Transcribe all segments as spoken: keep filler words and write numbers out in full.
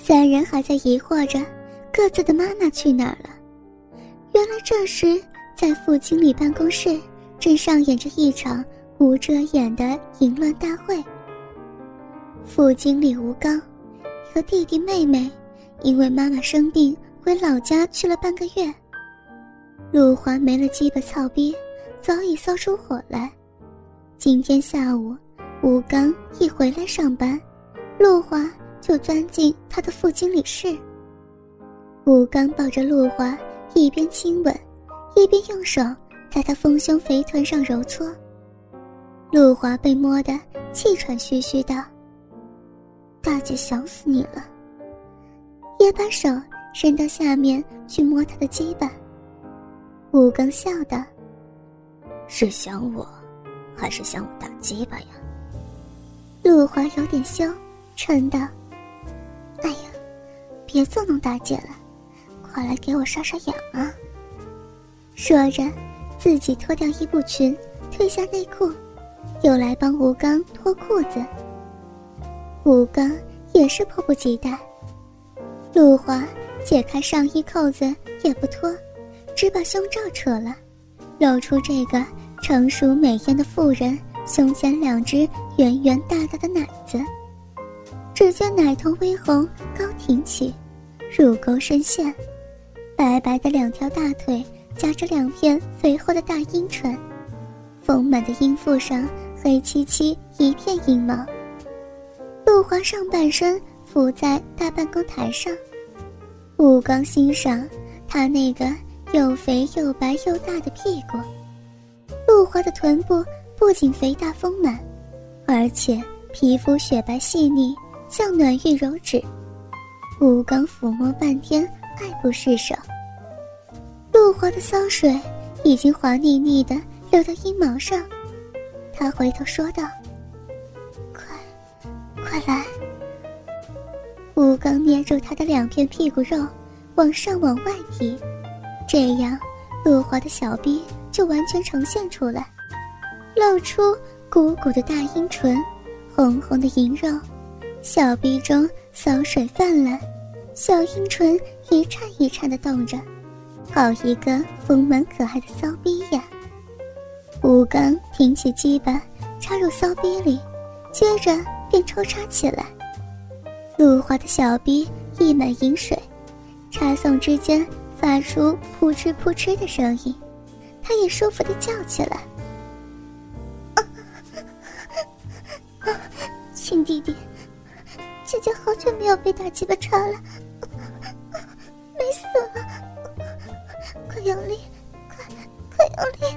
三人还在疑惑着各自的妈妈去哪儿了。原来这时在副经理办公室正上演着一场无遮掩的淫乱大会。副经理吴刚和弟弟妹妹因为妈妈生病回老家去了半个月。陆华没了鸡巴操逼，早已骚出火来。今天下午吴刚一回来上班，陆华就钻进他的副经理室。吴刚抱着陆华，一边亲吻一边用手在他丰胸肥臀上揉搓。陆华被摸得气喘吁吁道：大姐想死你了。也把手伸到下面去摸他的鸡巴。吴刚笑道：是想我还是想我大鸡巴呀？陆华有点羞，嗔道：哎呀，别作弄大姐了，快来给我杀杀痒啊。说着自己脱掉衣部裙，褪下内裤，又来帮吴刚脱裤子。吴刚也是迫不及待。陆华解开上衣扣子也不脱，只把胸罩扯了，露出这个成熟美艳的妇人胸前两只圆圆大大的奶子。只见奶头微红高挺起，乳沟深陷，白白的两条大腿夹着两片肥厚的大阴唇，丰满的阴腹上黑漆漆一片阴毛。陆华上半身伏在大办公台上，吴刚欣赏他那个又肥又白又大的屁股。陆华的臀部不仅肥大丰满，而且皮肤雪白细腻，像暖玉柔脂。吴刚抚摸半天，爱不释手。陆华的骚水已经滑腻腻的流到阴毛上，他回头说道：快快来。吴刚捏住他的两片屁股肉往上往外提，这样陆华的小臂就完全呈现出来，露出鼓鼓的大阴唇，红红的银肉，小臂中骚水泛滥，小阴唇一颤一颤地动着，好一个丰满可爱的骚逼呀。吴刚挺起鸡巴插入骚逼里，接着便抽插起来。陆华的小逼溢满银水，插送之间发出扑哧扑哧的声音，他也舒服地叫起来：啊啊，亲弟弟，姐姐好久没有被大鸡巴插了，美死了，快用力，快快用力。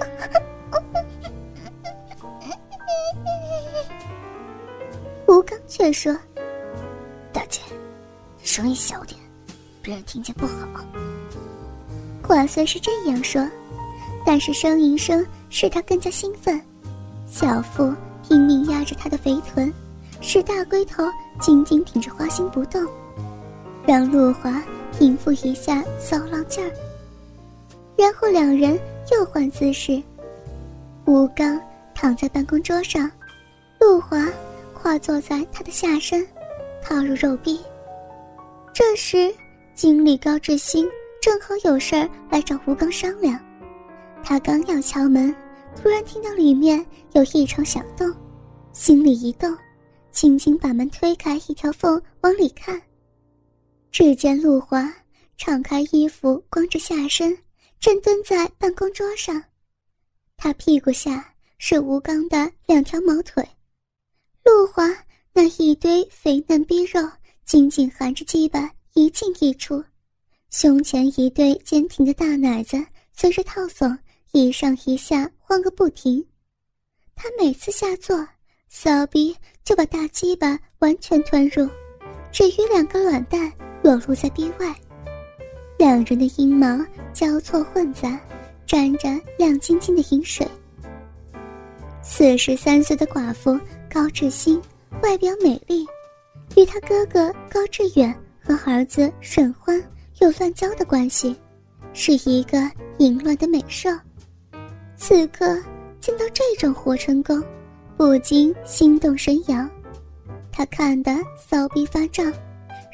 吴刚却说：大姐，声音小点，别人听见不好。话虽是这样说，但是呻吟声使他更加兴奋。小腹拼命压着他的肥臀，使大龟头紧紧挺着花心不动，让陆华平复一下骚浪劲儿。然后两人又换姿势，吴刚躺在办公桌上，陆华跨坐在他的下身，套入肉壁。这时经理高志新正好有事儿来找吴刚商量，他刚要敲门，突然听到里面有异常响动，心里一动，轻轻把门推开一条缝往里看。只见陆华敞开衣服，光着下身，正蹲在办公桌上，他屁股下是吴刚的两条毛腿，陆华那一堆肥嫩逼肉紧紧含着鸡巴一进一出，胸前一对坚挺的大奶子随着套耸一上一下晃个不停。他每次下坐，骚逼就把大鸡巴完全吞入，只余两个卵蛋裸露在逼外，两人的阴毛交错混杂，沾着亮晶晶的银水。四十三岁的寡妇高志新外表美丽，与他哥哥高志远和儿子沈欢有乱交的关系，是一个淫乱的美兽。此刻见到这种活成功，不禁心动神摇。他看得骚逼发胀，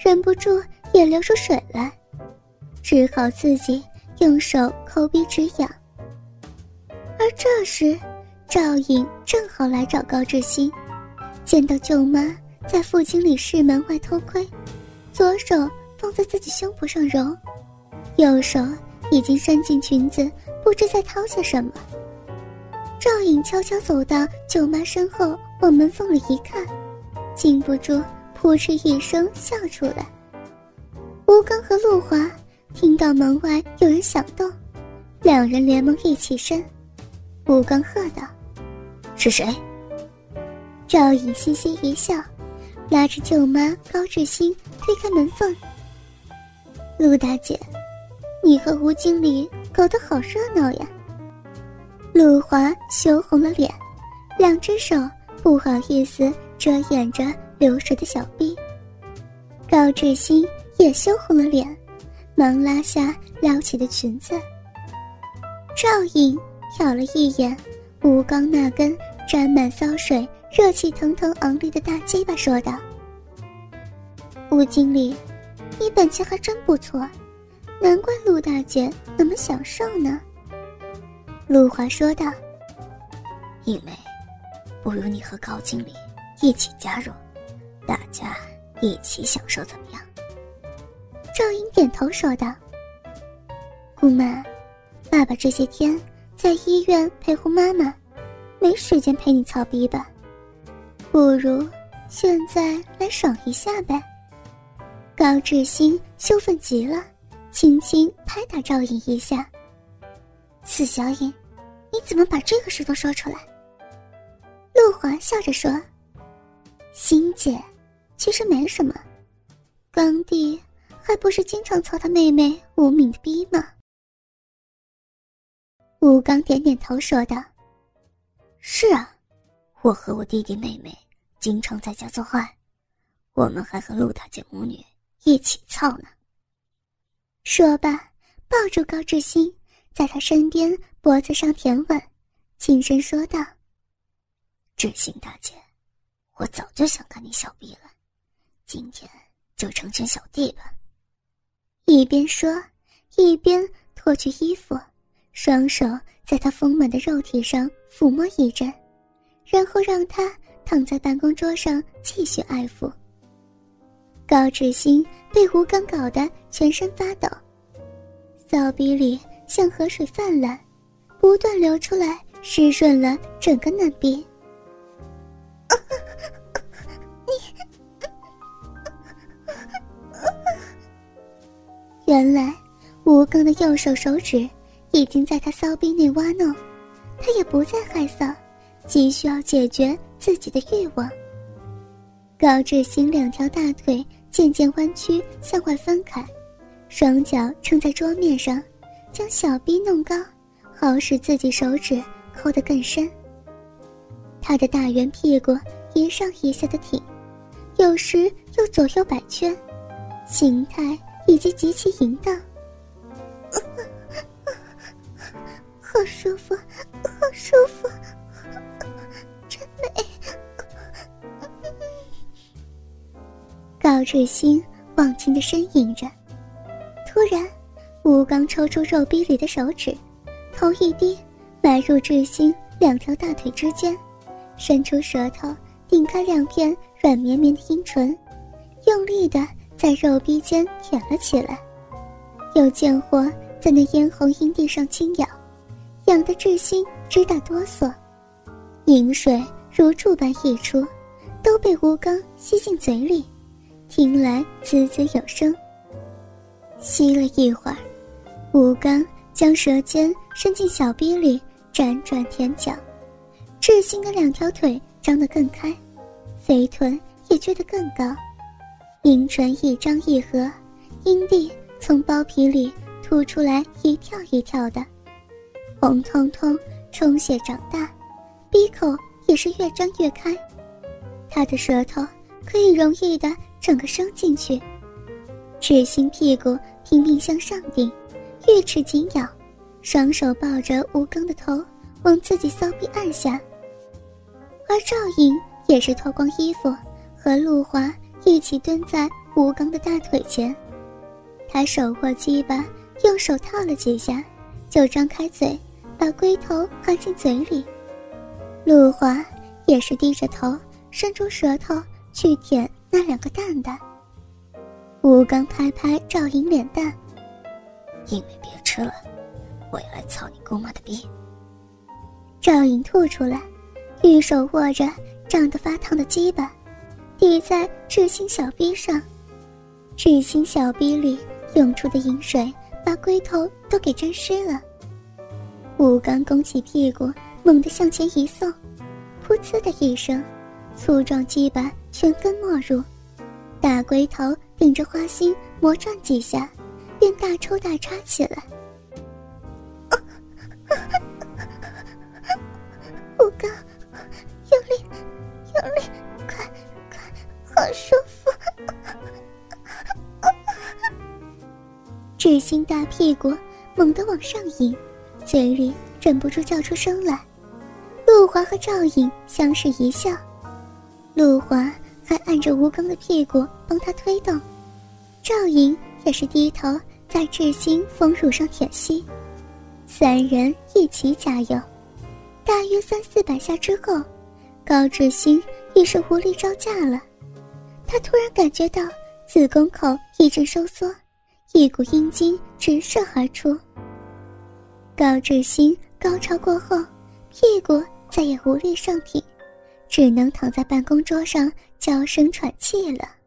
忍不住也流出水来，只好自己用手抠鼻止痒。而这时赵颖正好来找高志新，见到舅妈在副经理室门外偷窥，左手放在自己胸脯上揉，右手已经伸进裙子，不知在掏些什么。赵颖悄悄走到舅妈身后，往门缝里一看，禁不住扑哧一声笑出来。吴刚和陆华听到门外有人响动，两人连忙一起身。吴刚喝道：“是谁？”赵颖嘻嘻一笑，拉着舅妈高志新推开门缝：“陆大姐，你和吴经理搞得好热闹呀。”陆华羞红了脸，两只手不好意思遮掩着流水的小臂。高志新也羞红了脸，忙拉下撩起的裙子。赵颖瞟了一眼吴刚那根沾满骚水、热气腾腾昂立的大鸡巴，说道：“吴经理，你本钱还真不错，难怪陆大姐那么享受呢。”陆华说道：“ 英梅，不如你和高经理一起加入，大家一起享受怎么样？” 赵颖点头说道：“姑妈，爸爸这些天在医院陪护妈妈，没时间陪你操逼吧？不如现在来爽一下呗。”高志新羞愤极了，轻轻拍打赵颖一下：“死小颖，你怎么把这个事都说出来？”陆华笑着说：“欣姐，其实没什么，刚弟还不是经常操他妹妹吴敏的逼吗？”吴刚点点头说道：“ 是啊，我和我弟弟妹妹经常在家做爱，我们还和陆大姐母女一起操呢。” 说罢，抱住高志新，在他身边脖子上舔吻，轻声说道：“ 志新大姐，我早就想看你小臂了，今天就成全小弟吧。” 一边说，一边脱去衣服，双手在他丰满的肉体上抚摸一阵，然后让他躺在办公桌上继续爱抚。高志新被吴刚搞得全身发抖，骚逼里像河水泛滥，不断流出来，湿润了整个嫩逼。啊、你原来吴刚的右手手指已经在他骚逼内挖弄，他也不再害臊，急需要解决自己的欲望。高志新两条大腿渐渐弯曲向外分开，双脚撑在桌面上，将小臂弄高，好使自己手指抠得更深。他的大圆屁股一上一下的挺，有时又左右摆圈，形态以及极其淫荡。好舒服，好舒服，真美。高志新忘情地呻吟着，突然吴刚抽出肉逼里的手指，头一低，埋入志新两条大腿之间，伸出舌头顶开两片软绵绵的阴唇，用力地在肉逼间舔了起来，又见火在那嫣红阴蒂上轻咬，痒得志新直打哆嗦，饮水如注般溢出，都被吴刚吸进嘴里，听来滋滋有声。吸了一会儿，吴刚将舌尖伸进小逼里辗转舔脚，志新的两条腿张得更开，肥臀也撅得更高，阴唇一张一合，阴蒂从包皮里凸出来一跳一跳的，红彤彤充血长大，鼻口也是越张越开，他的舌头可以容易的整个伸进去，志新屁股拼命向上顶，玉齿紧咬，双手抱着吴刚的头往自己骚逼按下。而赵颖也是脱光衣服，和陆华一起蹲在吴刚的大腿前。他手握鸡巴，用手套了几下，就张开嘴把龟头含进嘴里。陆华也是低着头，伸出舌头去舔那两个蛋蛋。吴刚拍拍赵颖脸蛋， 英美别吃了，我要来操你姑妈的逼。 赵颖吐出来，玉手握着胀得发烫的鸡巴，抵在智兴小逼上。智兴小逼里涌出的饮水把龟头都给沾湿了。吴刚弓起屁股，猛地向前一送，噗呲的一声，粗壮鸡巴全根没入，大龟头顶着花心磨转几下，便大抽大插起来。吴刚，用力，用力，快，快，好舒服！智兴大屁股猛地往上引，嘴里忍不住叫出声来。陆华和赵颖相视一笑，陆华还按着吴刚的屁股帮他推动，赵颖也是低头在智兴丰乳上舔吸，三人一起加油。大约三四百下之后，高智兴已是无力招架了，他突然感觉到子宫口一阵收缩，一股阴茎直射而出。高智兴高潮过后，屁股再也无力上挺，只能躺在办公桌上娇声喘气了。